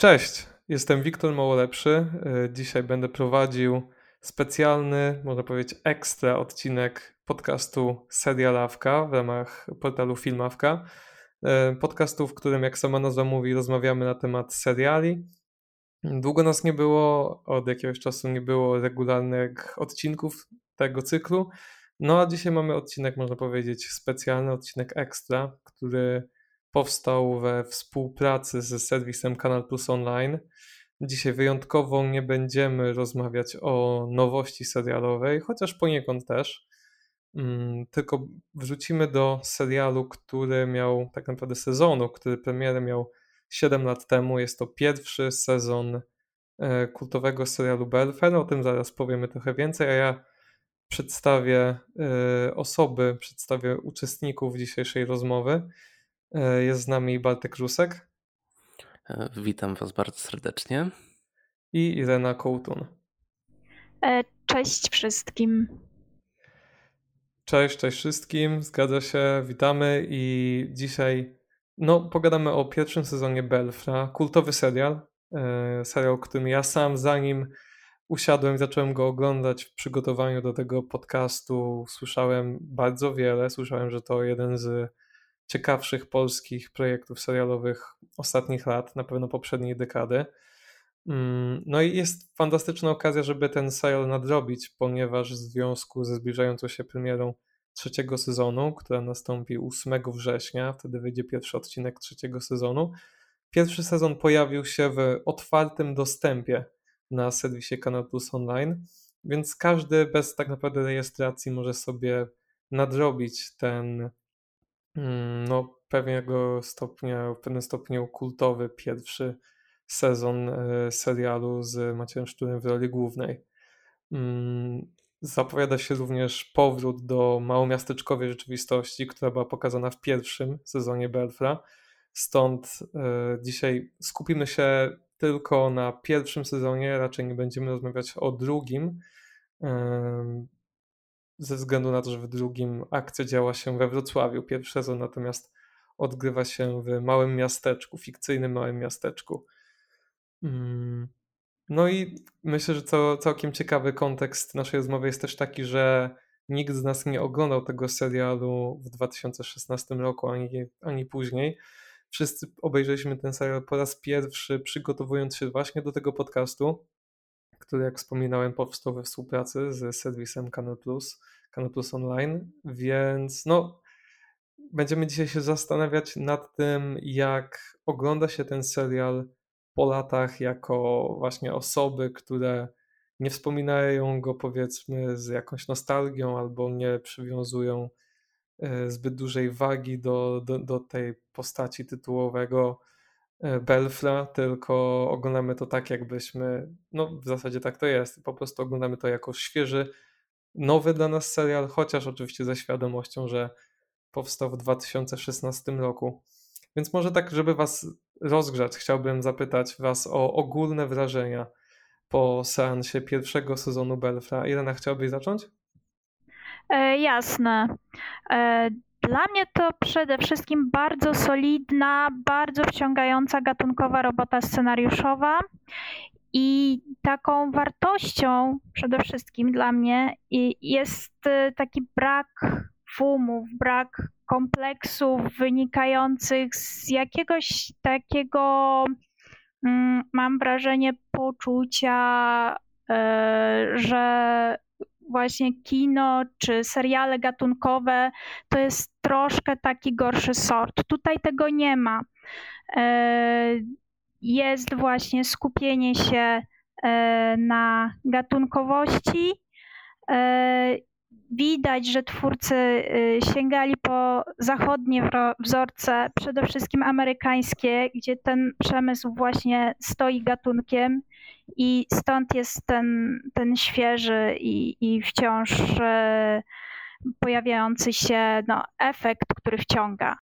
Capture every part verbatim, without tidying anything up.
Cześć, jestem Wiktor Małolepszy. Dzisiaj będę prowadził specjalny, można powiedzieć ekstra odcinek podcastu Serialawka w ramach portalu Filmawka. Podcastu, w którym, jak sama nazwa mówi, rozmawiamy na temat seriali. Długo nas nie było, od jakiegoś czasu nie było regularnych odcinków tego cyklu. No a dzisiaj mamy odcinek, można powiedzieć, specjalny, odcinek ekstra, który powstał we współpracy z serwisem Kanal Plus Online. Dzisiaj wyjątkowo nie będziemy rozmawiać o nowości serialowej, chociaż poniekąd też, mm, tylko wrzucimy do serialu, który miał, tak naprawdę sezonu, który premierę miał siedem lat temu. Jest to pierwszy sezon e, kultowego serialu Belfer. O tym zaraz powiemy trochę więcej, a ja przedstawię e, osoby, przedstawię uczestników dzisiejszej rozmowy. E, Jest z nami Bartek Rusek E, Witam Was bardzo serdecznie. i Irena Kołtun. E, Cześć wszystkim. Cześć, cześć wszystkim, zgadza się, witamy i dzisiaj no, pogadamy o pierwszym sezonie Belfra, kultowy serial, e, serial, którym ja sam zanim usiadłem i zacząłem go oglądać w przygotowaniu do tego podcastu, słyszałem bardzo wiele, słyszałem, że to jeden z ciekawszych polskich projektów serialowych ostatnich lat, na pewno poprzedniej dekady. No i jest fantastyczna okazja, żeby ten serial nadrobić, ponieważ w związku ze zbliżającą się premierą trzeciego sezonu, która nastąpi ósmego września, wtedy wyjdzie pierwszy odcinek trzeciego sezonu. Pierwszy sezon pojawił się w otwartym dostępie na serwisie Kanal Plus Online, więc każdy bez tak naprawdę rejestracji może sobie nadrobić ten no, pewnego stopnia, w pewnym stopniu kultowy pierwszy sezon e, serialu z Maciejem Szczurem w roli głównej. Mm, Zapowiada się również powrót do małomiasteczkowej rzeczywistości, która była pokazana w pierwszym sezonie Belfra. Stąd e, dzisiaj skupimy się tylko na pierwszym sezonie, raczej nie będziemy rozmawiać o drugim, e, ze względu na to, że w drugim akcja działa się we Wrocławiu. Pierwszy sezon natomiast odgrywa się w małym miasteczku, fikcyjnym małym miasteczku. Mm. No i myślę, że to całkiem ciekawy kontekst naszej rozmowy jest też taki, że nikt z nas nie oglądał tego serialu w dwa tysiące szesnastym roku, ani, ani później. Wszyscy obejrzeliśmy ten serial po raz pierwszy, przygotowując się właśnie do tego podcastu, który, jak wspominałem, powstał we współpracy z serwisem Kanal Plus, Kanal Plus Online, więc no, będziemy dzisiaj się zastanawiać nad tym, jak ogląda się ten serial po latach jako właśnie osoby, które nie wspominają go, powiedzmy, z jakąś nostalgią albo nie przywiązują e, zbyt dużej wagi do, do, do tej postaci tytułowego e, Belfra, tylko oglądamy to tak, jakbyśmy, no w zasadzie tak to jest, po prostu oglądamy to jako świeży, nowy dla nas serial, chociaż oczywiście ze świadomością, że powstał w dwa tysiące szesnastym roku. Więc może tak, żeby was rozgrzać, chciałbym zapytać was o ogólne wrażenia po seansie pierwszego sezonu Belfra. Irena, chciałabyś zacząć? E, jasne. E, Dla mnie to przede wszystkim bardzo solidna, bardzo wciągająca gatunkowa robota scenariuszowa i taką wartością przede wszystkim dla mnie i- jest e, taki brak fumów, brak kompleksów wynikających z jakiegoś takiego, mm, mam wrażenie, poczucia, e, że właśnie kino czy seriale gatunkowe to jest troszkę taki gorszy sort. Tutaj tego nie ma. E, Jest właśnie skupienie się e, na gatunkowości. E, Widać, że twórcy e, sięgali po zachodnie wro- wzorce, przede wszystkim amerykańskie, gdzie ten przemysł właśnie stoi gatunkiem i stąd jest ten, ten świeży i, i wciąż e, pojawiający się no, efekt, który wciąga.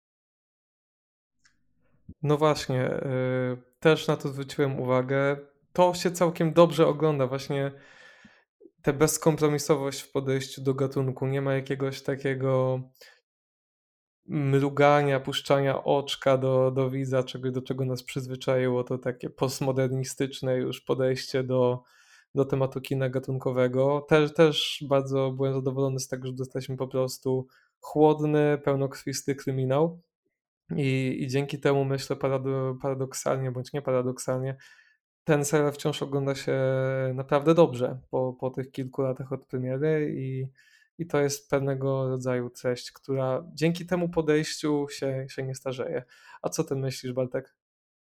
No właśnie, yy, też na to zwróciłem uwagę. To się całkiem dobrze ogląda, właśnie tę bezkompromisowość w podejściu do gatunku. Nie ma jakiegoś takiego mrugania, puszczania oczka do, do widza, czego, do czego nas przyzwyczaiło, to takie postmodernistyczne już podejście do, do tematu kina gatunkowego. Też, też bardzo byłem zadowolony z tego, że dostaliśmy po prostu chłodny, pełnokrwisty kryminał i, i dzięki temu myślę parado, paradoksalnie, bądź nie paradoksalnie, ten serial wciąż ogląda się naprawdę dobrze po, po tych kilku latach od premiery i, i to jest pewnego rodzaju treść, która dzięki temu podejściu się, się nie starzeje. A co ty myślisz, Bartek?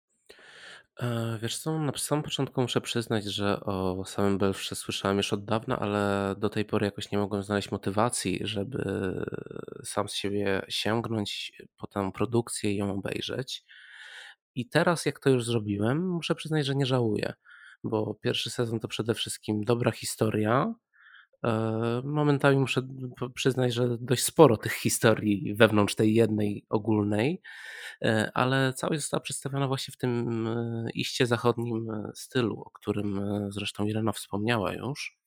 E, Wiesz co, na samym początku muszę przyznać, że o samym Belfrze słyszałem już od dawna, ale do tej pory jakoś nie mogłem znaleźć motywacji, żeby sam z siebie sięgnąć po tę produkcję i ją obejrzeć. I teraz, jak to już zrobiłem, muszę przyznać, że nie żałuję, bo pierwszy sezon to przede wszystkim dobra historia. E, Momentami muszę p- przyznać, że dość sporo tych historii wewnątrz tej jednej ogólnej, e, ale całość została przedstawiona właśnie w tym e, iście zachodnim e, stylu, o którym e, zresztą Irena wspomniała już.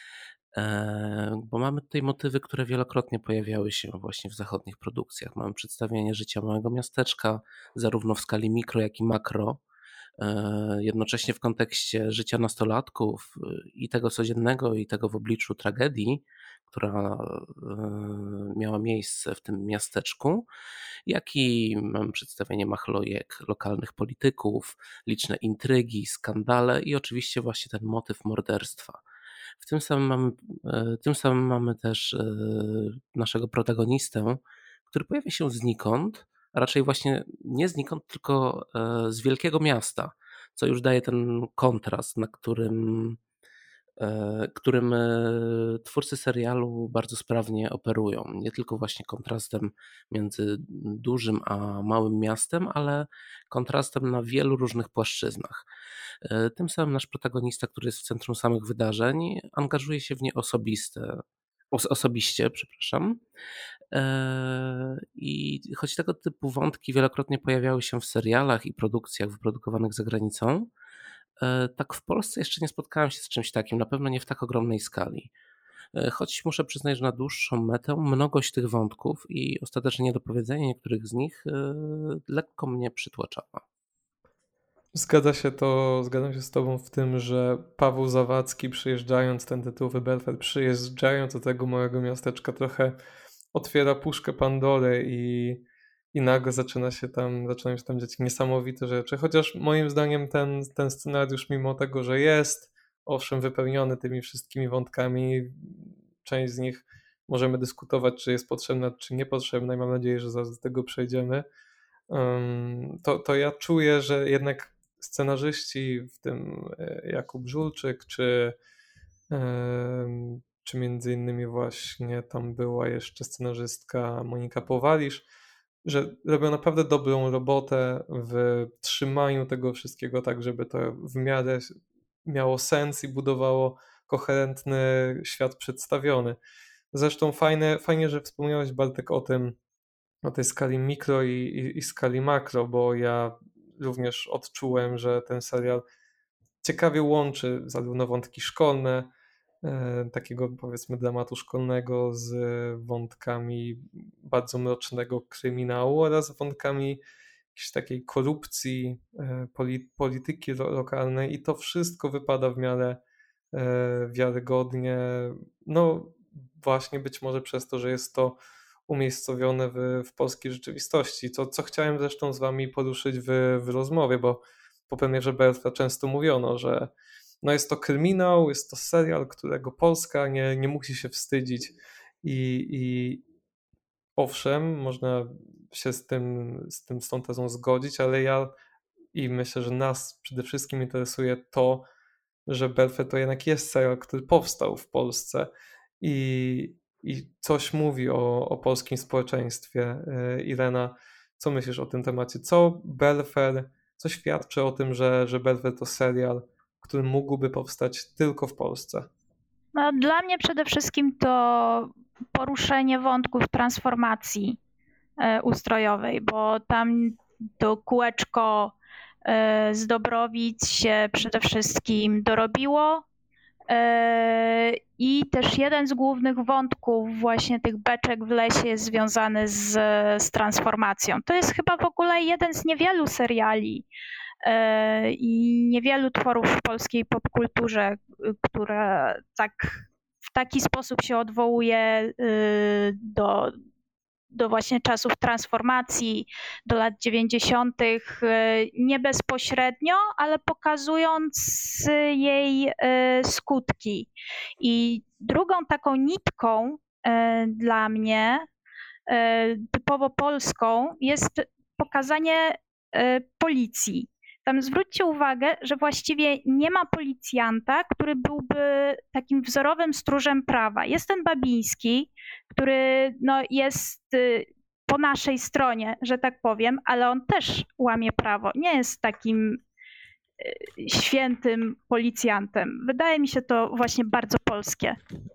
E, Bo mamy tutaj motywy, które wielokrotnie pojawiały się właśnie w zachodnich produkcjach. Mamy przedstawienie życia małego miasteczka, zarówno w skali mikro, jak i makro, e, jednocześnie w kontekście życia nastolatków e, i tego codziennego, i tego w obliczu tragedii, która e, miała miejsce w tym miasteczku, jak i mamy przedstawienie machlojek lokalnych polityków, liczne intrygi, skandale i oczywiście właśnie ten motyw morderstwa. W tym samym mamy, e, tym samym mamy też e, naszego protagonistę, który pojawia się znikąd, a raczej właśnie nie znikąd, tylko e, z wielkiego miasta, co już daje ten kontrast, na którym, e, którym e, twórcy serialu bardzo sprawnie operują. Nie tylko właśnie kontrastem między dużym a małym miastem, ale kontrastem na wielu różnych płaszczyznach. E, Tym samym nasz protagonista, który jest w centrum samych wydarzeń, angażuje się w nie osobiste, os- osobiście, przepraszam. E, I choć tego typu wątki wielokrotnie pojawiały się w serialach i produkcjach wyprodukowanych za granicą, e, tak w Polsce jeszcze nie spotkałem się z czymś takim, na pewno nie w tak ogromnej skali. E, Choć muszę przyznać, że na dłuższą metę mnogość tych wątków i ostatecznie niedopowiedzenie niektórych z nich e, lekko mnie przytłaczała. Zgadza się to, zgadzam się z tobą w tym, że Paweł Zawadzki przyjeżdżając, ten tytułowy Belfast, przyjeżdżając do tego małego miasteczka trochę otwiera puszkę Pandory i, i nagle zaczyna się tam, zaczynają się tam dziać niesamowite rzeczy. Chociaż moim zdaniem ten, ten scenariusz, mimo tego, że jest owszem wypełniony tymi wszystkimi wątkami, część z nich możemy dyskutować, czy jest potrzebna, czy niepotrzebna i mam nadzieję, że zaraz do tego przejdziemy. Um, to, to ja czuję, że jednak scenarzyści, w tym e, Jakub Żulczyk, czy, em, czy między innymi właśnie tam była jeszcze scenarzystka Monika Powalisz, że robią naprawdę dobrą robotę w trzymaniu tego wszystkiego tak, żeby to w miarę miało sens i budowało koherentny świat przedstawiony. Zresztą fajne, fajnie, że wspomniałeś, Bartek, o tym, o tej skali mikro i, i, i skali makro, bo ja również odczułem, że ten serial ciekawie łączy zarówno wątki szkolne, e, takiego powiedzmy dramatu szkolnego z wątkami bardzo mrocznego kryminału oraz wątkami jakiejś takiej korupcji, e, poli, polityki lo, lokalnej i to wszystko wypada w miarę e, wiarygodnie. No właśnie być może przez to, że jest to umiejscowione w, w polskiej rzeczywistości, co, co chciałem zresztą z wami poruszyć w, w rozmowie, bo po premierze Belfra często mówiono, że no jest to kryminał, jest to serial, którego Polska nie, nie musi się wstydzić i, i owszem, można się z tym, z tym z tą tezą zgodzić, ale ja i myślę, że nas przede wszystkim interesuje to, że Belfry to jednak jest serial, który powstał w Polsce i, i coś mówi o, o polskim społeczeństwie. Yy, Irena, co myślisz o tym temacie? Co Belfer, co świadczy o tym, że, że Belfer to serial, który mógłby powstać tylko w Polsce? No, dla mnie przede wszystkim to poruszenie wątków transformacji e, ustrojowej, bo tam to kółeczko e, z Dobrowic się przede wszystkim dorobiło. I też jeden z głównych wątków właśnie tych beczek w lesie jest związany z, z transformacją. To jest chyba w ogóle jeden z niewielu seriali i niewielu tworów w polskiej popkulturze, które tak, w taki sposób się odwołuje do, do właśnie czasów transformacji, do lat dziewięćdziesiątych, nie bezpośrednio, ale pokazując jej skutki. I drugą taką nitką dla mnie, typowo polską, jest pokazanie policji. Tam zwróćcie uwagę, że właściwie nie ma policjanta, który byłby takim wzorowym stróżem prawa. Jest ten Babiński, który no, jest po naszej stronie, że tak powiem, ale on też łamie prawo. Nie jest takim świętym policjantem. Wydaje mi się to właśnie bardzo polskie.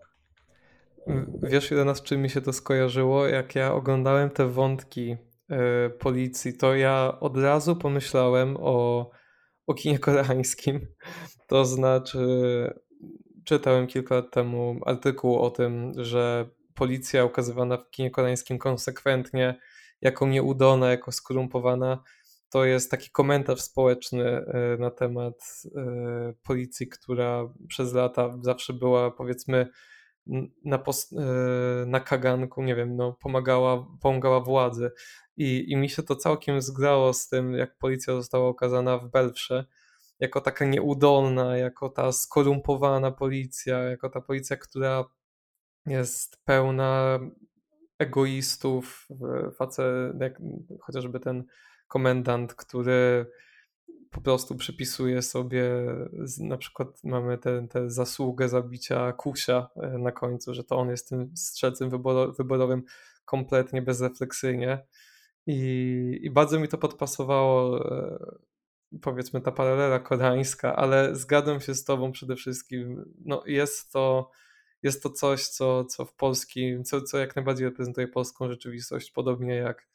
Wiesz, Irena, z czym mi się to skojarzyło? Jak ja oglądałem te wątki y, policji, to ja od razu pomyślałem o, o kinie koreańskim. To znaczy, czytałem kilka lat temu artykuł o tym, że policja ukazywana w kinie koreańskim konsekwentnie jako nieudolna, jako skorumpowana, to jest taki komentarz społeczny na temat policji, która przez lata zawsze była, powiedzmy, na, pos- na kaganku, nie wiem, no, pomagała, pomagała władzy. I, I mi się to całkiem zgrało z tym, jak policja została okazana w Belfrze, jako taka nieudolna, jako ta skorumpowana policja, jako ta policja, która jest pełna egoistów, facet, jak chociażby ten komendant, który po prostu przypisuje sobie, na przykład mamy tę zasługę zabicia Kusia na końcu, że to on jest tym strzelcem wyborowym kompletnie bezrefleksyjnie. I, i bardzo mi to podpasowało, powiedzmy, ta paralela koreańska, ale zgadzam się z tobą przede wszystkim. No jest to, jest to coś, co, co w polskim, co, co jak najbardziej reprezentuje polską rzeczywistość, podobnie jak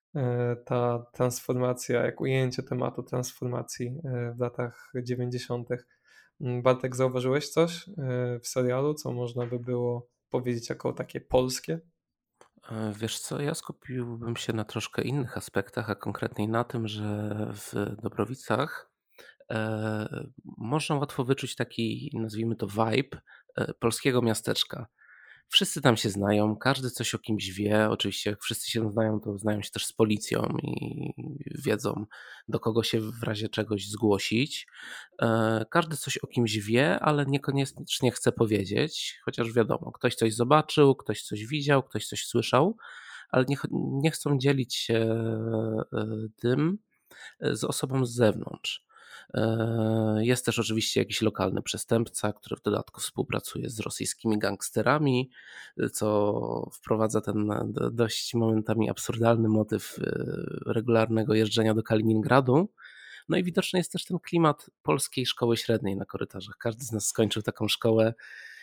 ta transformacja, jak ujęcie tematu transformacji w latach dziewięćdziesiątych. Bartek, zauważyłeś coś w serialu, co można by było powiedzieć jako takie polskie? Wiesz co, ja skupiłbym się na troszkę innych aspektach, a konkretniej na tym, że w Dobrowicach e, można łatwo wyczuć taki, nazwijmy to, vibe e, polskiego miasteczka. Wszyscy tam się znają, każdy coś o kimś wie. Oczywiście jak wszyscy się znają, to znają się też z policją i wiedzą, do kogo się w razie czegoś zgłosić. Każdy coś o kimś wie, ale niekoniecznie chce powiedzieć, chociaż wiadomo, ktoś coś zobaczył, ktoś coś widział, ktoś coś słyszał, ale nie, nie chcą dzielić się tym z osobą z zewnątrz. Jest też oczywiście jakiś lokalny przestępca, który w dodatku współpracuje z rosyjskimi gangsterami, co wprowadza ten dość momentami absurdalny motyw regularnego jeżdżenia do Kaliningradu. No i widoczny jest też ten klimat polskiej szkoły średniej na korytarzach. Każdy z nas skończył taką szkołę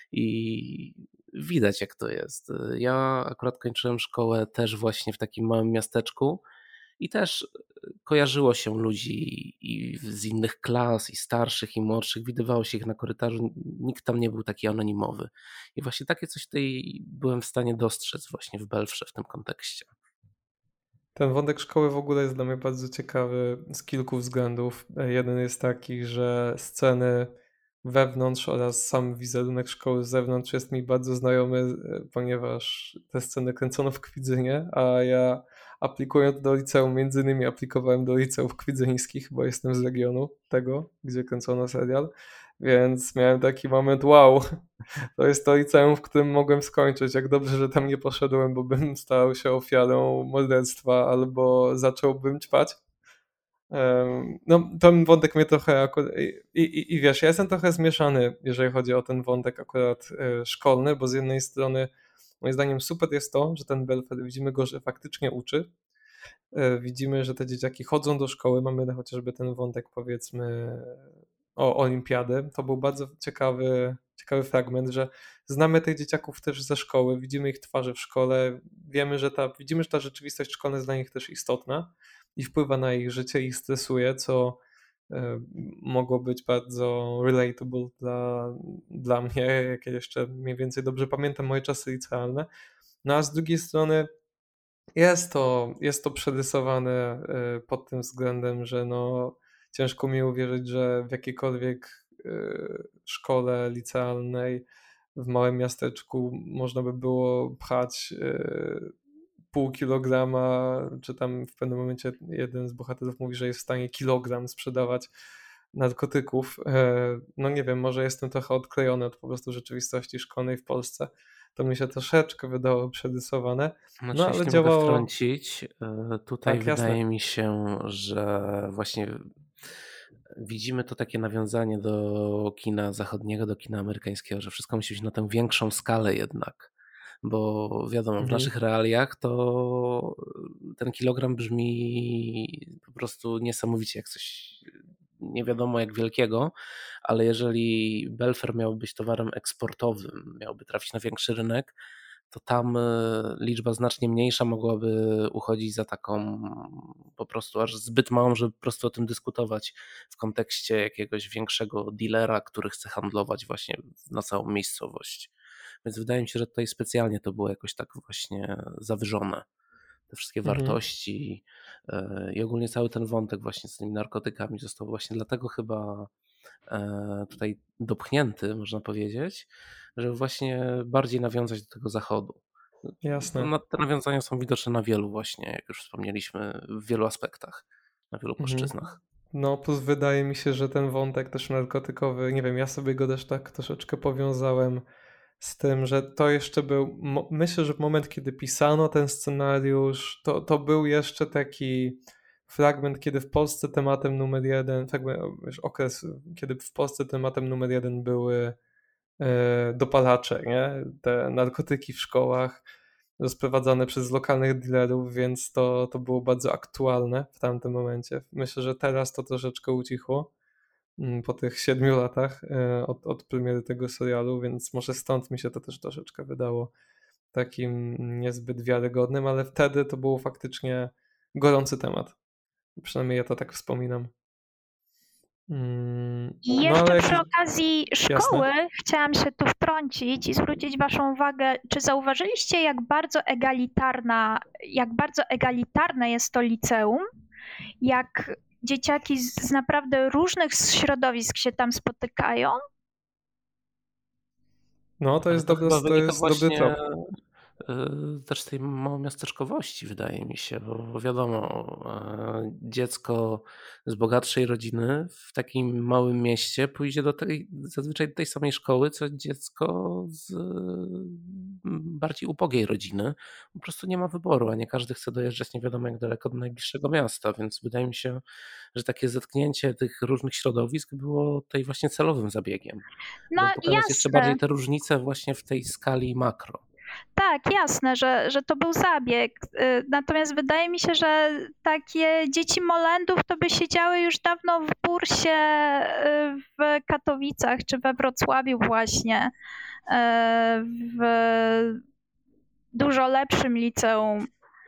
i widać, jak to jest. Ja akurat kończyłem szkołę też właśnie w takim małym miasteczku i też kojarzyło się ludzi i z innych klas, i starszych, i młodszych. Widywało się ich na korytarzu. Nikt tam nie był taki anonimowy. I właśnie takie coś tutaj byłem w stanie dostrzec właśnie w Belfrze w tym kontekście. Ten wątek szkoły w ogóle jest dla mnie bardzo ciekawy z kilku względów. Jeden jest taki, że sceny wewnątrz oraz sam wizerunek szkoły z zewnątrz jest mi bardzo znajomy, ponieważ te sceny kręcono w Kwidzynie, a ja aplikując do liceum, między innymi aplikowałem do liceów kwidzyńskich, bo jestem z regionu tego, gdzie kręcono serial, więc miałem taki moment, wow, to jest to liceum, w którym mogłem skończyć. Jak dobrze, że tam nie poszedłem, bo bym stał się ofiarą morderstwa albo zacząłbym ćpać. No, ten wątek mnie trochę akurat... I, i, I wiesz, ja jestem trochę zmieszany, jeżeli chodzi o ten wątek akurat szkolny, bo z jednej strony moim zdaniem super jest to, że ten Belfer, widzimy go, że faktycznie uczy. Widzimy, że te dzieciaki chodzą do szkoły, mamy chociażby ten wątek, powiedzmy, o olimpiadę. To był bardzo ciekawy, ciekawy fragment, że znamy tych dzieciaków też ze szkoły, widzimy ich twarze w szkole, wiemy, że ta, widzimy, że ta rzeczywistość szkolna jest dla nich też istotna i wpływa na ich życie, ich stresuje, co mogło być bardzo relatable dla, dla mnie, jak ja jeszcze mniej więcej dobrze pamiętam moje czasy licealne. No a z drugiej strony jest to, jest to przerysowane pod tym względem, że no ciężko mi uwierzyć, że w jakiejkolwiek szkole licealnej w małym miasteczku można by było pchać pół kilograma, czy tam w pewnym momencie jeden z bohaterów mówi, że jest w stanie kilogram sprzedawać narkotyków. No nie wiem, może jestem trochę odklejony od po prostu rzeczywistości szkolnej w Polsce. To mi się troszeczkę wydało przerysowane. Znaczy, No ale jeśli działało... mogę wtrącić, tutaj Tak, wydaje jasne. mi się, że właśnie widzimy to takie nawiązanie do kina zachodniego, do kina amerykańskiego, że wszystko musi być na tę większą skalę jednak. Bo wiadomo, w Mhm. naszych realiach to ten kilogram brzmi po prostu niesamowicie jak coś nie wiadomo jak wielkiego, ale jeżeli Belfer miałby być towarem eksportowym, miałby trafić na większy rynek, to tam liczba znacznie mniejsza mogłaby uchodzić za taką po prostu aż zbyt małą, żeby po prostu o tym dyskutować w kontekście jakiegoś większego dealera, który chce handlować właśnie na całą miejscowość. Więc wydaje mi się, że tutaj specjalnie to było jakoś tak właśnie zawyżone. Te wszystkie Mhm. wartości i ogólnie cały ten wątek właśnie z tymi narkotykami został właśnie dlatego chyba tutaj dopchnięty, można powiedzieć, żeby właśnie bardziej nawiązać do tego zachodu. Jasne. Te nawiązania są widoczne na wielu właśnie, jak już wspomnieliśmy, w wielu aspektach, na wielu płaszczyznach. No plus wydaje mi się, że ten wątek też narkotykowy, nie wiem, ja sobie go też tak troszeczkę powiązałem z tym, że to jeszcze był, mo- myślę, że w moment, kiedy pisano ten scenariusz, to, to był jeszcze taki fragment, kiedy w Polsce tematem numer jeden, fragment, wiesz, okres, kiedy w Polsce tematem numer jeden były e, dopalacze, nie? Te narkotyki w szkołach rozprowadzane przez lokalnych dealerów, więc to, to było bardzo aktualne w tamtym momencie. Myślę, że teraz to troszeczkę ucichło mm, po tych siedmiu latach e, od, od premiery tego serialu, więc może stąd mi się to też troszeczkę wydało takim niezbyt wiarygodnym, ale wtedy to był faktycznie gorący temat. Przynajmniej ja to tak wspominam. Mm, I no jeszcze ale przy jak... okazji szkoły Jasne. chciałam się tu wtrącić i zwrócić waszą uwagę, czy zauważyliście, jak bardzo egalitarna, jak bardzo egalitarne jest to liceum, jak dzieciaki z, z naprawdę różnych środowisk się tam spotykają? No to Ale jest, to dobry, chyba to wynika jest dobry właśnie trop. y, też z tej małomiasteczkowości, wydaje mi się, bo, bo wiadomo, y, dziecko z bogatszej rodziny w takim małym mieście pójdzie do tej, zazwyczaj do tej samej szkoły, co dziecko z y, bardziej ubogiej rodziny. Po prostu nie ma wyboru, a nie każdy chce dojeżdżać nie wiadomo jak daleko do najbliższego miasta, więc wydaje mi się, że takie zetknięcie tych różnych środowisk było tutaj właśnie celowym zabiegiem. No Żeby pokazać jeszcze bardziej jasne, te różnice właśnie w tej skali makro. tak, jasne, że, że to był zabieg. Y, Natomiast wydaje mi się, że takie dzieci molendów to by siedziały już dawno w bursie y, w Katowicach czy we Wrocławiu właśnie, y, w dużo lepszym liceum.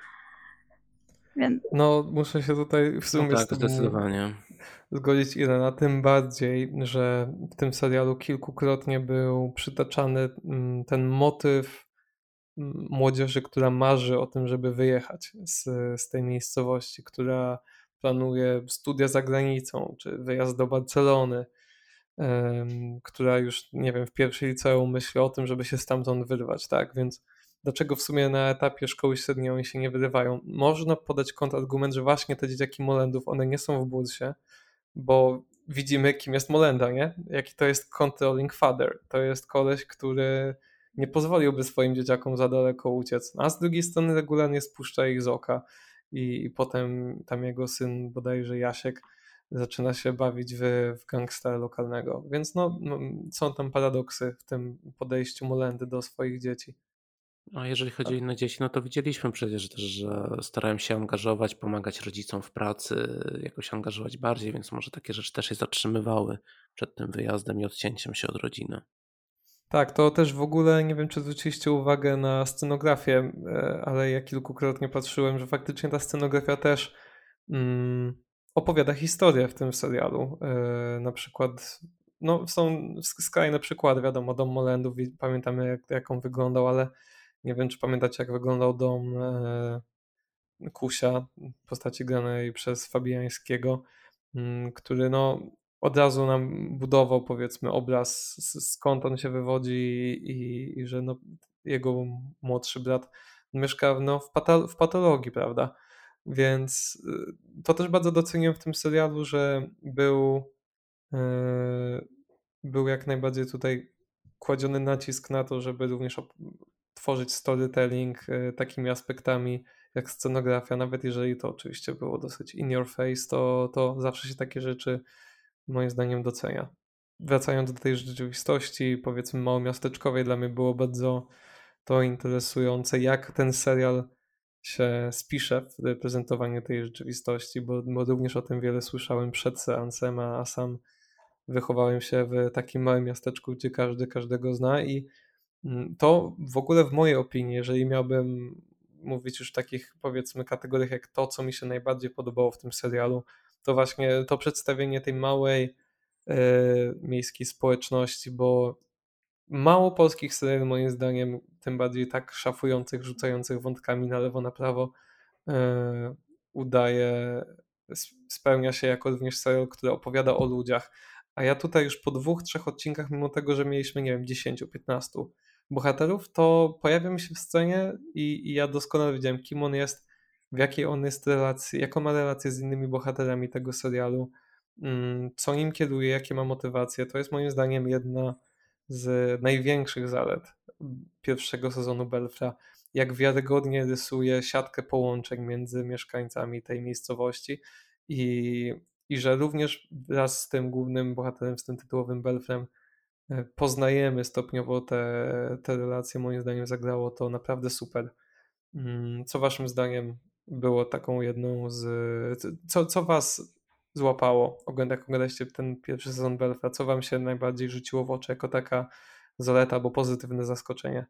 Więc... No muszę się tutaj w sumie No tak, z tobą zdecydowanie. zgodzić, Irena, tym bardziej, że w tym serialu kilkukrotnie był przytaczany mm, ten motyw mm, młodzieży, która marzy o tym, żeby wyjechać z, z tej miejscowości, która planuje studia za granicą, czy wyjazd do Barcelony, em, która już, nie wiem, w pierwszej liceum myśli o tym, żeby się stamtąd wyrwać, tak? Więc dlaczego w sumie na etapie szkoły średniej oni się nie wyrywają? Można podać kontrargument, że właśnie te dzieciaki molendów, one nie są w bursie, bo widzimy, kim jest Molenda, nie? Jaki to jest controlling father. To jest koleś, który nie pozwoliłby swoim dzieciakom za daleko uciec, a z drugiej strony regularnie spuszcza ich z oka i, i potem tam jego syn, bodajże Jasiek, zaczyna się bawić w, w gangstera lokalnego. Więc no, no, są tam paradoksy w tym podejściu Molendy do swoich dzieci. A jeżeli chodzi o inne dzieci, no to widzieliśmy przecież też, że starałem się angażować, pomagać rodzicom w pracy, jakoś angażować bardziej, więc może takie rzeczy też je zatrzymywały przed tym wyjazdem i odcięciem się od rodziny. Tak, to też w ogóle nie wiem, czy zwróciliście uwagę na scenografię, ale ja kilkukrotnie patrzyłem, że faktycznie ta scenografia też mm, opowiada historię w tym serialu. Na przykład, no są skrajne przykłady, wiadomo, Dom Molendów, pamiętamy jak, jak on wyglądał, ale nie wiem, czy pamiętacie, jak wyglądał dom Kusia, postaci granej przez Fabiańskiego, który no od razu nam budował, powiedzmy, obraz, skąd on się wywodzi i, i że no, jego młodszy brat mieszka no, w, pato- w patologii, prawda? Więc to też bardzo doceniłem w tym serialu, że był, yy, był jak najbardziej tutaj kładziony nacisk na to, żeby również op- tworzyć storytelling yy, takimi aspektami jak scenografia, nawet jeżeli to oczywiście było dosyć in your face, to, to zawsze się takie rzeczy moim zdaniem docenia. Wracając do tej rzeczywistości, powiedzmy małomiasteczkowej, dla mnie było bardzo to interesujące, jak ten serial się spisze w reprezentowaniu tej rzeczywistości, bo, bo również o tym wiele słyszałem przed seansem, a sam wychowałem się w takim małym miasteczku, gdzie każdy każdego zna i to w ogóle w mojej opinii, jeżeli miałbym mówić już w takich powiedzmy kategoriach jak to, co mi się najbardziej podobało w tym serialu, to właśnie to przedstawienie tej małej e, miejskiej społeczności, bo mało polskich seriali moim zdaniem, tym bardziej tak szafujących, rzucających wątkami na lewo, na prawo, e, udaje, spełnia się jako również serial, który opowiada o ludziach. A ja tutaj już po dwóch, trzech odcinkach, mimo tego, że mieliśmy, nie wiem, dziesięć, piętnaście bohaterów, to pojawiam się w scenie i, i ja doskonale wiedziałem, kim on jest, w jakiej on jest relacji, jaką ma relację z innymi bohaterami tego serialu, co nim kieruje, jakie ma motywacje. To jest moim zdaniem jedna z największych zalet pierwszego sezonu Belfra, jak wiarygodnie rysuje siatkę połączeń między mieszkańcami tej miejscowości i, i że również wraz z tym głównym bohaterem, z tym tytułowym Belfrem, poznajemy stopniowo te, te relacje. Moim zdaniem zagrało to naprawdę super. Co waszym zdaniem było taką jedną z... Co, co was złapało, jak oglądaliście ten pierwszy sezon Belfra? Co wam się najbardziej rzuciło w oczy jako taka zaleta albo pozytywne zaskoczenie?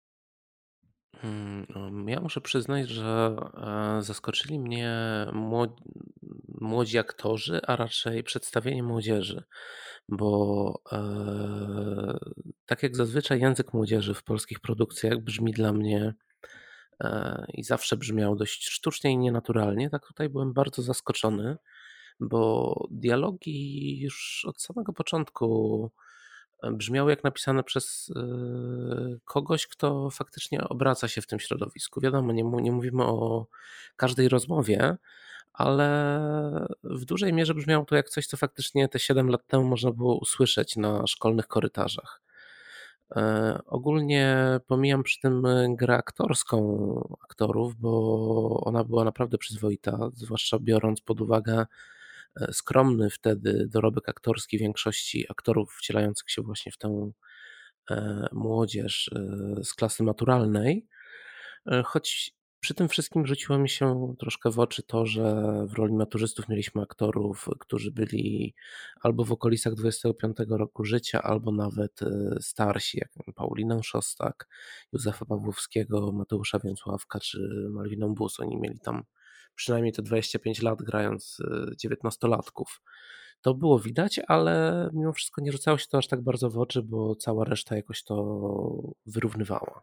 Ja muszę przyznać, że zaskoczyli mnie młodzi aktorzy, a raczej przedstawienie młodzieży, bo e, tak jak zazwyczaj język młodzieży w polskich produkcjach brzmi dla mnie e, i zawsze brzmiał dość sztucznie i nienaturalnie, tak tutaj byłem bardzo zaskoczony, bo dialogi już od samego początku brzmiały jak napisane przez kogoś, kto faktycznie obraca się w tym środowisku. Wiadomo, nie, nie mówimy o każdej rozmowie, ale w dużej mierze brzmiało to jak coś, co faktycznie te siedem lat temu można było usłyszeć na szkolnych korytarzach. Ogólnie pomijam przy tym grę aktorską aktorów, bo ona była naprawdę przyzwoita, zwłaszcza biorąc pod uwagę skromny wtedy dorobek aktorski większości aktorów wcielających się właśnie w tę młodzież z klasy maturalnej, choć przy tym wszystkim rzuciło mi się troszkę w oczy to, że w roli maturzystów mieliśmy aktorów, którzy byli albo w okolicach dwudziestego piątego roku życia, albo nawet starsi, jak Paulinę Szostak, Józefa Pawłowskiego, Mateusza Więcławka czy Malwinę Bus. Oni mieli tam przynajmniej te dwadzieścia pięć lat grając dziewiętnastolatków. To było widać, ale mimo wszystko nie rzucało się to aż tak bardzo w oczy, bo cała reszta jakoś to wyrównywała.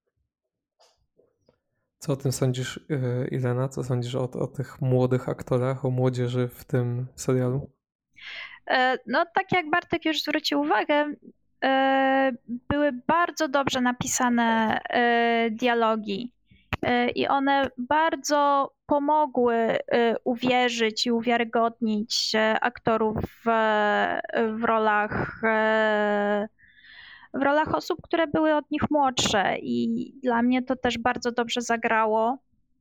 Co o tym sądzisz, Ilena? Co sądzisz o, o tych młodych aktorach, o młodzieży w tym serialu? No tak jak Bartek już zwrócił uwagę, były bardzo dobrze napisane dialogi i one bardzo pomogły uwierzyć i uwiarygodnić aktorów w, w rolach w rolach osób, które były od nich młodsze i dla mnie to też bardzo dobrze zagrało.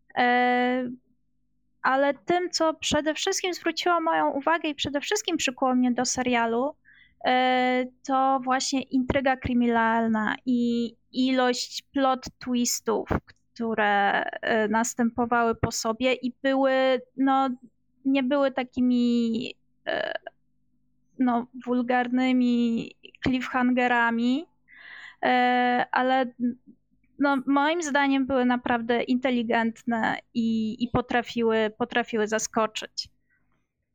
Ale tym, co przede wszystkim zwróciło moją uwagę i przede wszystkim przykuło mnie do serialu, to właśnie intryga kryminalna i ilość plot twistów, które następowały po sobie i były, no, nie były takimi no, wulgarnymi cliffhangerami, ale no, moim zdaniem były naprawdę inteligentne i, i potrafiły, potrafiły zaskoczyć.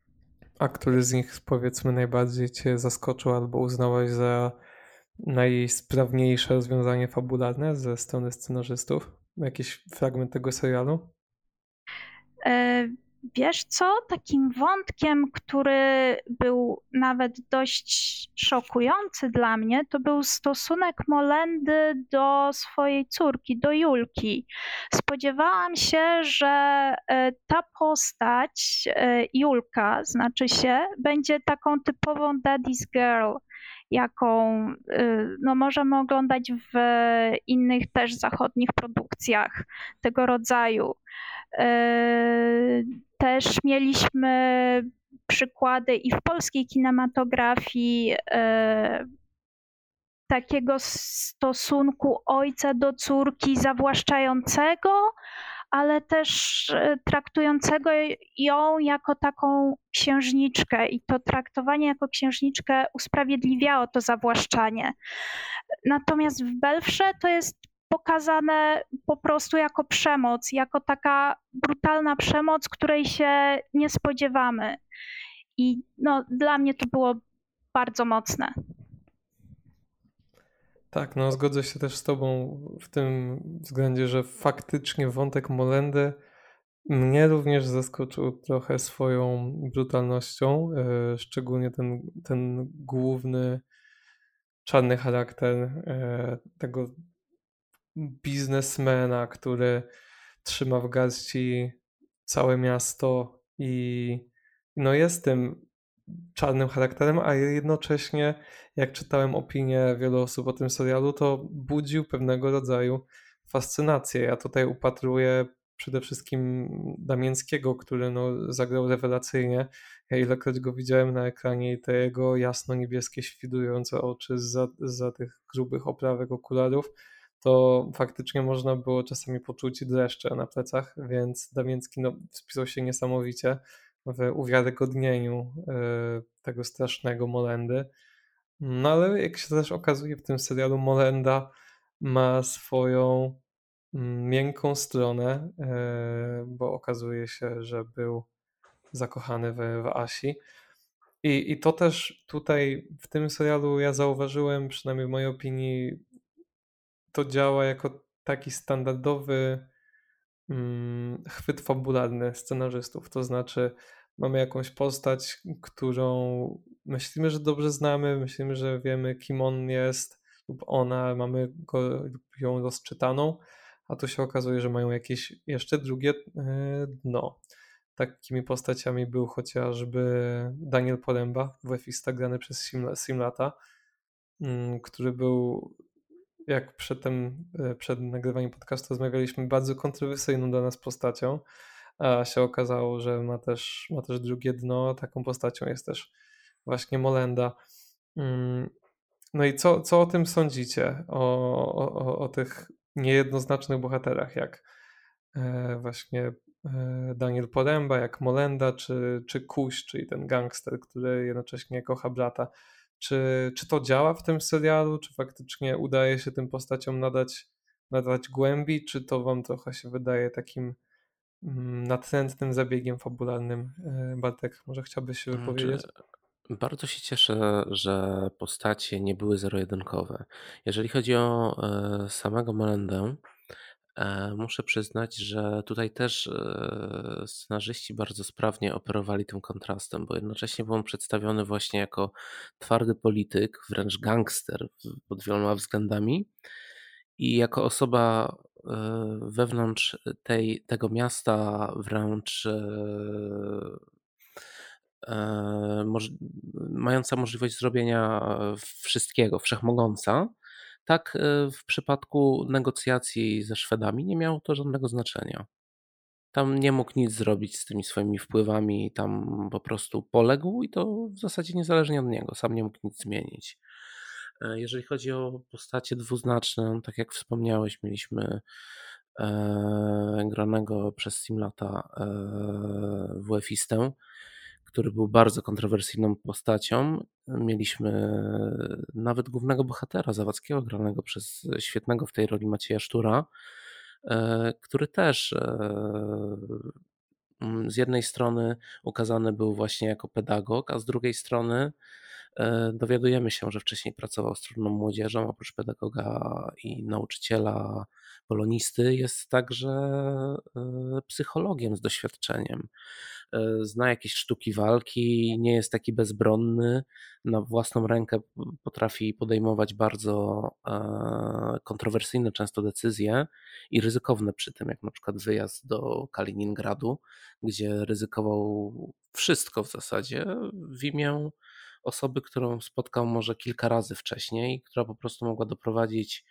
A który z nich, powiedzmy, najbardziej cię zaskoczył albo uznałeś za najsprawniejsze rozwiązanie fabularne ze strony scenarzystów? Jakiś fragment tego serialu? E, Wiesz co, takim wątkiem, który był nawet dość szokujący dla mnie, to był stosunek Molendy do swojej córki, do Julki. Spodziewałam się, że e, ta postać, e, Julka, znaczy się, będzie taką typową daddy's girl, jaką e, no, możemy oglądać w innych też zachodnich produkcjach tego rodzaju. E, Też mieliśmy przykłady i w polskiej kinematografii e, takiego stosunku ojca do córki zawłaszczającego, ale też e, traktującego ją jako taką księżniczkę i to traktowanie jako księżniczkę usprawiedliwiało to zawłaszczanie. Natomiast w Belfrze to jest pokazane po prostu jako przemoc, jako taka brutalna przemoc, której się nie spodziewamy. I no, dla mnie to było bardzo mocne. Tak, no zgodzę się też z tobą w tym względzie, że faktycznie wątek Molendy mnie również zaskoczył trochę swoją brutalnością, e, szczególnie ten, ten główny czarny charakter e, tego biznesmena, który trzyma w garści całe miasto i no jest tym czarnym charakterem, a jednocześnie jak czytałem opinie wielu osób o tym serialu, to budził pewnego rodzaju fascynację. Ja tutaj upatruję przede wszystkim Damińskiego, który no, zagrał rewelacyjnie. Ja ilekroć go widziałem na ekranie i te jego jasno-niebieskie świdujące oczy za, za tych grubych oprawek okularów, to faktycznie można było czasami poczuć dreszcze na plecach, więc Damiński no, spisał się niesamowicie w uwiarygodnieniu y, tego strasznego Molendy. No ale jak się też okazuje w tym serialu, Molenda ma swoją mm, miękką stronę, y, bo okazuje się, że był zakochany w, w Asi. I, I to też tutaj w tym serialu ja zauważyłem, przynajmniej w mojej opinii, to działa jako taki standardowy mm, chwyt fabularny scenarzystów. To znaczy, mamy jakąś postać, którą myślimy, że dobrze znamy, myślimy, że wiemy, kim on jest lub ona, mamy go, lub ją rozczytaną, a tu się okazuje, że mają jakieś jeszcze drugie e, dno. Takimi postaciami był chociażby Daniel Poręba, wefista grany przez Simla- Simlata, mm, który był, jak przedtem, e, przed nagrywaniem podcastu rozmawialiśmy, bardzo kontrowersyjną dla nas postacią, a się okazało, że ma też, ma też drugie dno. Taką postacią jest też właśnie Molenda. Mm, No i co, co o tym sądzicie? O, o, o tych niejednoznacznych bohaterach, jak e, właśnie e, Daniel Poręba, jak Molenda, czy, czy Kuś, czyli ten gangster, który jednocześnie kocha brata. Czy, czy to działa w tym serialu? Czy faktycznie udaje się tym postaciom nadać, nadać głębi? Czy to wam trochę się wydaje takim mm, natrętnym zabiegiem fabularnym? E, Bartek, może chciałbyś się Znaczy, wypowiedzieć? bardzo się cieszę, że postacie nie były zero-jedynkowe. Jeżeli chodzi o e, samego Melendę, e, muszę przyznać, że tutaj też e, scenarzyści bardzo sprawnie operowali tym kontrastem, bo jednocześnie był on przedstawiony właśnie jako twardy polityk, wręcz gangster w- pod wieloma względami i jako osoba e, wewnątrz tej, tego miasta wręcz e, e, moż, mająca możliwość zrobienia e, wszystkiego, wszechmogąca. Tak e, w przypadku negocjacji ze Szwedami nie miało to żadnego znaczenia. Tam nie mógł nic zrobić z tymi swoimi wpływami, tam po prostu poległ i to w zasadzie niezależnie od niego, sam nie mógł nic zmienić. E, Jeżeli chodzi o postacie dwuznaczne, tak jak wspomniałeś, mieliśmy e, granego przez Simlata e, W F-istę, który był bardzo kontrowersyjną postacią. Mieliśmy nawet głównego bohatera Zawadzkiego, granego przez świetnego w tej roli Macieja Sztura, e, który też e, z jednej strony ukazany był właśnie jako pedagog, a z drugiej strony dowiadujemy się, że wcześniej pracował z trudną młodzieżą, oprócz pedagoga i nauczyciela polonisty jest także psychologiem z doświadczeniem. Zna jakieś sztuki walki, nie jest taki bezbronny, na własną rękę potrafi podejmować bardzo kontrowersyjne często decyzje i ryzykowne przy tym, jak na przykład wyjazd do Kaliningradu, gdzie ryzykował wszystko w zasadzie w imię osoby, którą spotkał może kilka razy wcześniej, która po prostu mogła doprowadzić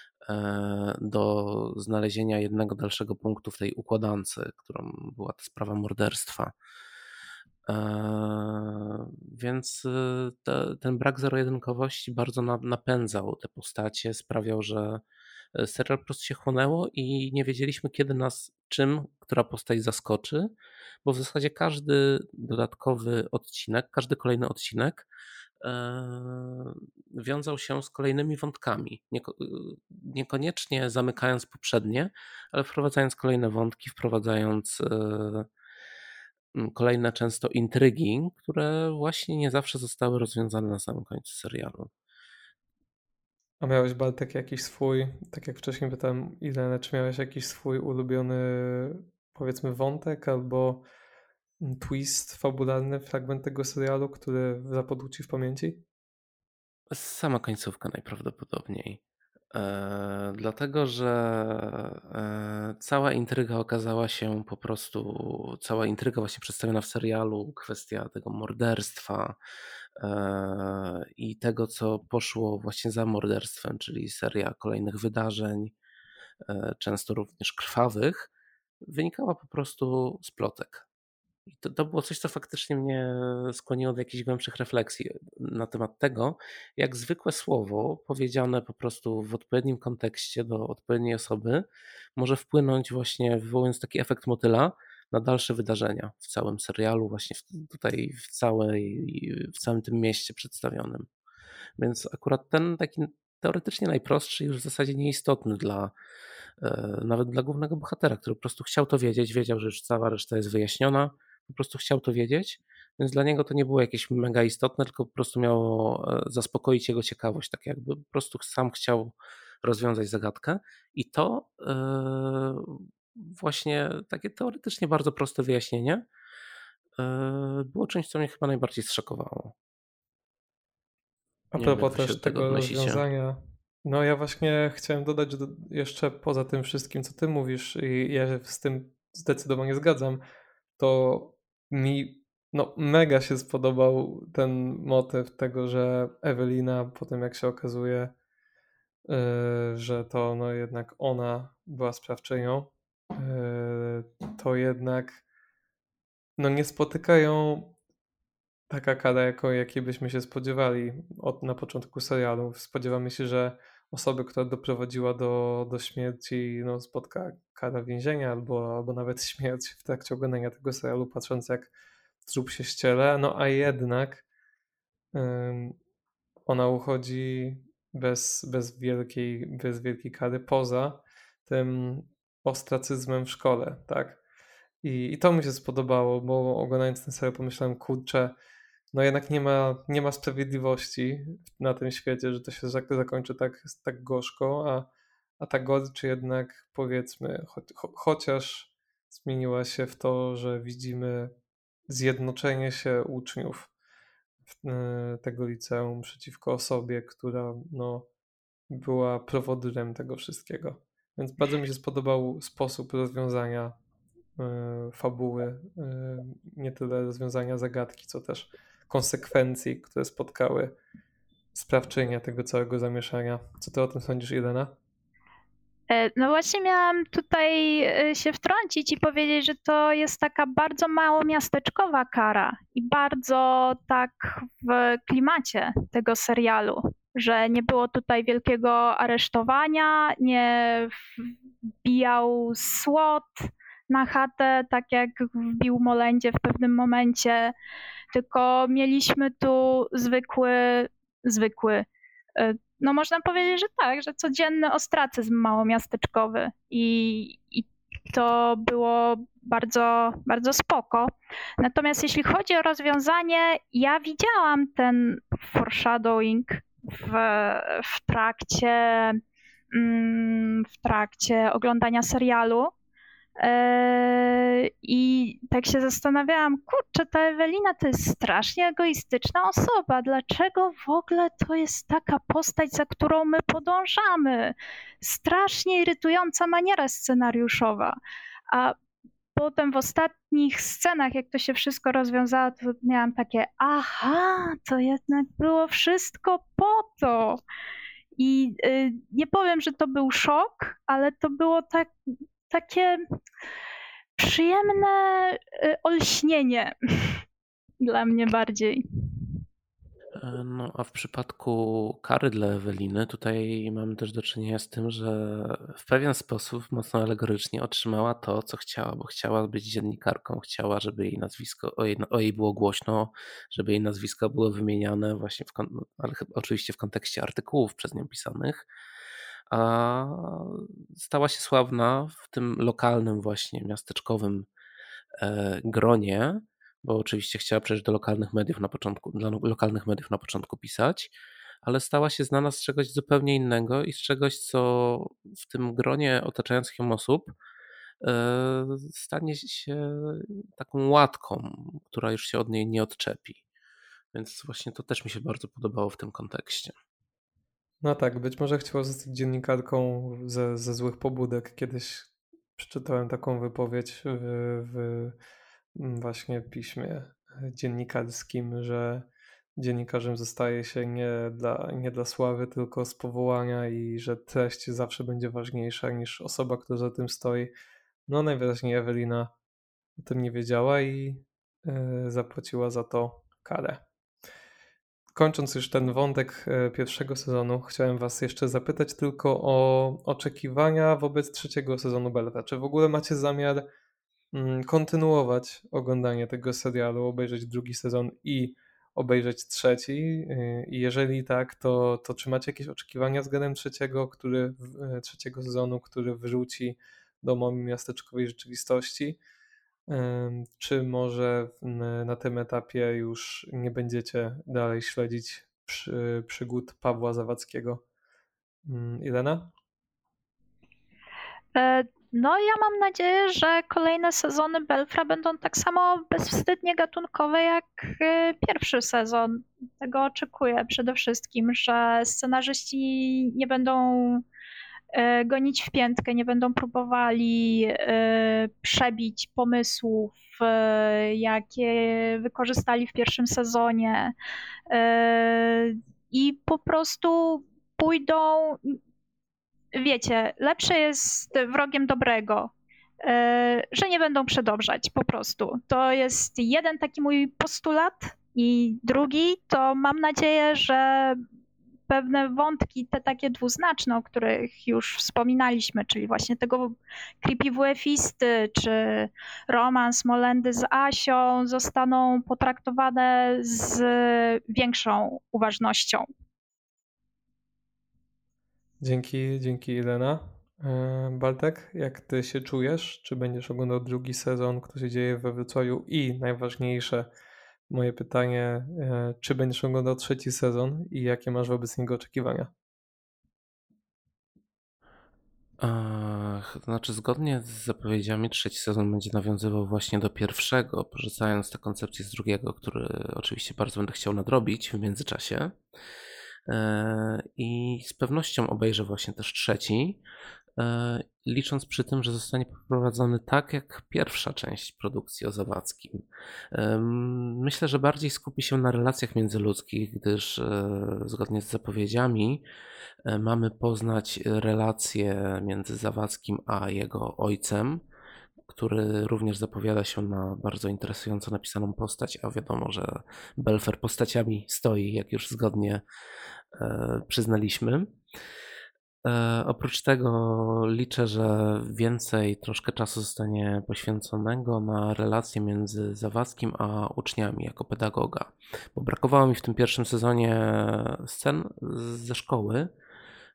do znalezienia jednego dalszego punktu w tej układance, którą była ta sprawa morderstwa. Więc te, ten brak zero-jedynkowości bardzo napędzał te postacie, sprawiał, że serial po prostu się chłonęło i nie wiedzieliśmy, kiedy nas czym która postać zaskoczy, bo w zasadzie każdy dodatkowy odcinek, każdy kolejny odcinek wiązał się z kolejnymi wątkami. Niekoniecznie zamykając poprzednie, ale wprowadzając kolejne wątki, wprowadzając kolejne często intrygi, które właśnie nie zawsze zostały rozwiązane na samym końcu serialu. A miałeś, Bartek, jakiś swój, tak jak wcześniej pytałem Irenę, czy miałeś jakiś swój ulubiony, powiedzmy, wątek albo twist fabularny, fragment tego serialu, który zapadł ci w pamięci? Sama końcówka najprawdopodobniej. E, dlatego, że e, cała intryga okazała się po prostu, cała intryga właśnie przedstawiona w serialu, kwestia tego morderstwa e, i tego, co poszło właśnie za morderstwem, czyli seria kolejnych wydarzeń, e, często również krwawych, wynikała po prostu z plotek. I to, to było coś, co faktycznie mnie skłoniło do jakichś głębszych refleksji na temat tego, jak zwykłe słowo powiedziane po prostu w odpowiednim kontekście do odpowiedniej osoby może wpłynąć właśnie, wywołując taki efekt motyla na dalsze wydarzenia w całym serialu, właśnie w, tutaj w, całej, w całym tym mieście przedstawionym. Więc akurat ten taki teoretycznie najprostszy, już w zasadzie nieistotny dla nawet dla głównego bohatera, który po prostu chciał to wiedzieć, wiedział, że już cała reszta jest wyjaśniona, po prostu chciał to wiedzieć, więc dla niego to nie było jakieś mega istotne, tylko po prostu miało zaspokoić jego ciekawość, tak jakby po prostu sam chciał rozwiązać zagadkę i to yy, właśnie takie teoretycznie bardzo proste wyjaśnienie yy, było czymś, co mnie chyba najbardziej zszokowało. A Nie wiem, propos jak wy się do też tego tego odnosicie. rozwiązania, no ja właśnie chciałem dodać do, jeszcze poza tym wszystkim, co ty mówisz i ja się z tym zdecydowanie zgadzam, to mi no, mega się spodobał ten motyw tego, że Ewelina potem jak się okazuje, yy, że to no jednak ona była sprawczynią, yy, to jednak no nie spotykają taka kara, jako, jakiej byśmy się spodziewali od, na początku serialu. Spodziewamy się, że osoby, która doprowadziła do, do śmierci, no, spotka kara więzienia albo, albo nawet śmierć w trakcie oglądania tego serialu, patrząc jak trup się ściele, no a jednak ym, ona uchodzi bez, bez, wielkiej, bez wielkiej kary poza tym ostracyzmem w szkole, tak? I, I to mi się spodobało, bo oglądając ten serial pomyślałem, kurczę, no jednak nie ma, nie ma sprawiedliwości na tym świecie, że to się zakończy tak, tak gorzko, a, a ta gorycz jednak, powiedzmy, cho, cho, chociaż zmieniła się w to, że widzimy zjednoczenie się uczniów tego liceum przeciwko osobie, która no, była prowodyrem tego wszystkiego. Więc bardzo mi się spodobał sposób rozwiązania y, fabuły, y, nie tyle rozwiązania zagadki, co też konsekwencji, które spotkały sprawczynię tego całego zamieszania. Co ty o tym sądzisz, Irena? No właśnie miałam tutaj się wtrącić i powiedzieć, że to jest taka bardzo mało miasteczkowa kara i bardzo tak w klimacie tego serialu, że nie było tutaj wielkiego aresztowania, nie wbijał SWAT na chatę, tak jak wbił Molendzie w pewnym momencie, tylko mieliśmy tu zwykły, zwykły no można powiedzieć, że tak, że codzienny ostracyzm małomiasteczkowy i, i to było bardzo, bardzo spoko. Natomiast jeśli chodzi o rozwiązanie, ja widziałam ten foreshadowing w, w trakcie w trakcie oglądania serialu. I tak się zastanawiałam, kurczę, ta Ewelina to jest strasznie egoistyczna osoba. Dlaczego w ogóle to jest taka postać, za którą my podążamy? Strasznie irytująca maniera scenariuszowa. A potem w ostatnich scenach, jak to się wszystko rozwiązało, to miałam takie, aha, to jednak było wszystko po to. I y, nie powiem, że to był szok, ale to było tak, takie przyjemne y, olśnienie dla mnie bardziej. No, a w przypadku kary dla Eweliny, tutaj mamy też do czynienia z tym, że w pewien sposób mocno alegorycznie otrzymała to, co chciała, bo chciała być dziennikarką, chciała, żeby jej nazwisko, o jej, o jej było głośno, żeby jej nazwisko było wymieniane właśnie, w, ale oczywiście w kontekście artykułów przez nią pisanych, a stała się sławna w tym lokalnym właśnie miasteczkowym e, gronie, bo oczywiście chciała przejść do lokalnych mediów na początku, dla lokalnych mediów na początku pisać, ale stała się znana z czegoś zupełnie innego i z czegoś, co w tym gronie otaczających ją osób stanie się taką łatką, która już się od niej nie odczepi. Więc właśnie to też mi się bardzo podobało w tym kontekście. No tak, być może chciała zostać dziennikarką ze, ze złych pobudek. Kiedyś przeczytałem taką wypowiedź w, w właśnie piśmie dziennikarskim, że dziennikarzem zostaje się nie dla, nie dla sławy, tylko z powołania i że treść zawsze będzie ważniejsza niż osoba, która za tym stoi. No najwyraźniej Ewelina o tym nie wiedziała i y, zapłaciła za to karę. Kończąc już ten wątek pierwszego sezonu, chciałem was jeszcze zapytać tylko o oczekiwania wobec trzeciego sezonu Belfra. Czy w ogóle macie zamiar kontynuować oglądanie tego serialu, obejrzeć drugi sezon i obejrzeć trzeci? I jeżeli tak, to, to czy macie jakieś oczekiwania względem trzeciego, który, trzeciego sezonu, który wyrzuci do mojej miasteczkowej rzeczywistości? Czy może na tym etapie już nie będziecie dalej śledzić przy, przygód Pawła Zawadzkiego? Ilena? No ja mam nadzieję, że kolejne sezony Belfra będą tak samo bezwstydnie gatunkowe jak pierwszy sezon. Tego oczekuję przede wszystkim, że scenarzyści nie będą gonić w piętkę, nie będą próbowali przebić pomysłów, jakie wykorzystali w pierwszym sezonie i po prostu pójdą, wiecie, lepsze jest wrogiem dobrego, że nie będą przedobrzać po prostu. To jest jeden taki mój postulat i drugi to mam nadzieję, że pewne wątki, te takie dwuznaczne, o których już wspominaliśmy, czyli właśnie tego creepy W F-isty, czy romans Molendy z Asią, zostaną potraktowane z większą uważnością. Dzięki, dzięki Ilena. Bartek, jak ty się czujesz? Czy będziesz oglądał drugi sezon, który się dzieje we Wrocławiu? I najważniejsze, moje pytanie, czy będziesz oglądał trzeci sezon i jakie masz wobec niego oczekiwania? Ach, to znaczy, zgodnie z zapowiedziami, trzeci sezon będzie nawiązywał właśnie do pierwszego, porzucając tę koncepcję z drugiego, który oczywiście bardzo będę chciał nadrobić w międzyczasie. I z pewnością obejrzę właśnie też trzeci, licząc przy tym, że zostanie poprowadzony tak jak pierwsza część produkcji o Zawadzkim. Myślę, że bardziej skupi się na relacjach międzyludzkich, gdyż zgodnie z zapowiedziami mamy poznać relacje między Zawadzkim a jego ojcem, który również zapowiada się na bardzo interesująco napisaną postać, a wiadomo, że Belfer postaciami stoi, jak już zgodnie e, przyznaliśmy. E, oprócz tego liczę, że więcej troszkę czasu zostanie poświęconego na relacje między Zawadzkim a uczniami jako pedagoga, bo brakowało mi w tym pierwszym sezonie scen ze szkoły,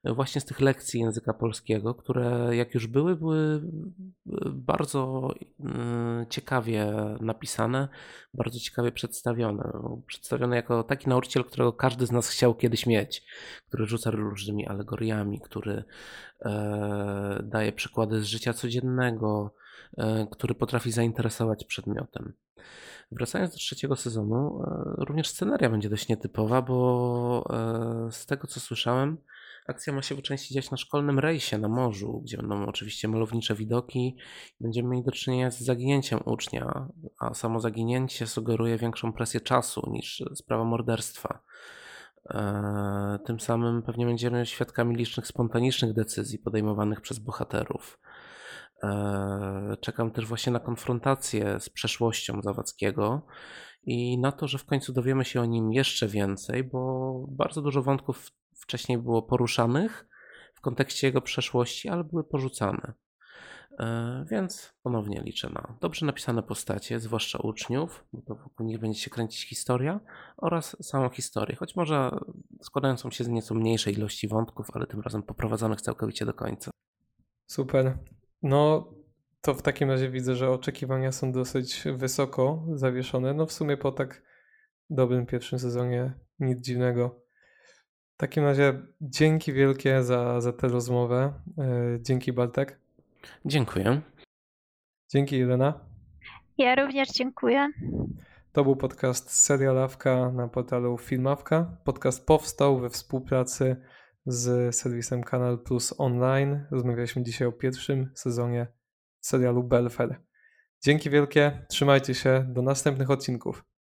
właśnie z tych lekcji języka polskiego, które jak już były, były bardzo mm, ciekawie napisane, bardzo ciekawie przedstawione. Przedstawione jako taki nauczyciel, którego każdy z nas chciał kiedyś mieć, który rzuca różnymi alegoriami, który e, daje przykłady z życia codziennego, e, który potrafi zainteresować przedmiotem. Wracając do trzeciego sezonu, e, również sceneria będzie dość nietypowa, bo e, z tego co słyszałem, akcja ma się po części dziać na szkolnym rejsie na morzu, gdzie będą oczywiście malownicze widoki. Będziemy mieli do czynienia z zaginięciem ucznia, a samo zaginięcie sugeruje większą presję czasu niż sprawa morderstwa. E, Tym samym pewnie będziemy świadkami licznych spontanicznych decyzji podejmowanych przez bohaterów. E, Czekam też właśnie na konfrontację z przeszłością Zawadzkiego i na to, że w końcu dowiemy się o nim jeszcze więcej, bo bardzo dużo wątków wcześniej było poruszanych w kontekście jego przeszłości, ale były porzucane. E, Więc ponownie liczę na dobrze napisane postacie, zwłaszcza uczniów, bo to wokół nich będzie się kręcić historia oraz samą historię, choć może składającą się z nieco mniejszej ilości wątków, ale tym razem poprowadzonych całkowicie do końca. Super. No to w takim razie widzę, że oczekiwania są dosyć wysoko zawieszone. No w sumie po tak dobrym pierwszym sezonie nic dziwnego. W takim razie dzięki wielkie za, za tę rozmowę. Yy, dzięki Bartek. Dziękuję. Dzięki Irena. Ja również dziękuję. To był podcast Serialawka na portalu Filmawka. Podcast powstał we współpracy z serwisem Kanal Plus Online. Rozmawialiśmy dzisiaj o pierwszym sezonie serialu Belfer. Dzięki wielkie, trzymajcie się, do następnych odcinków.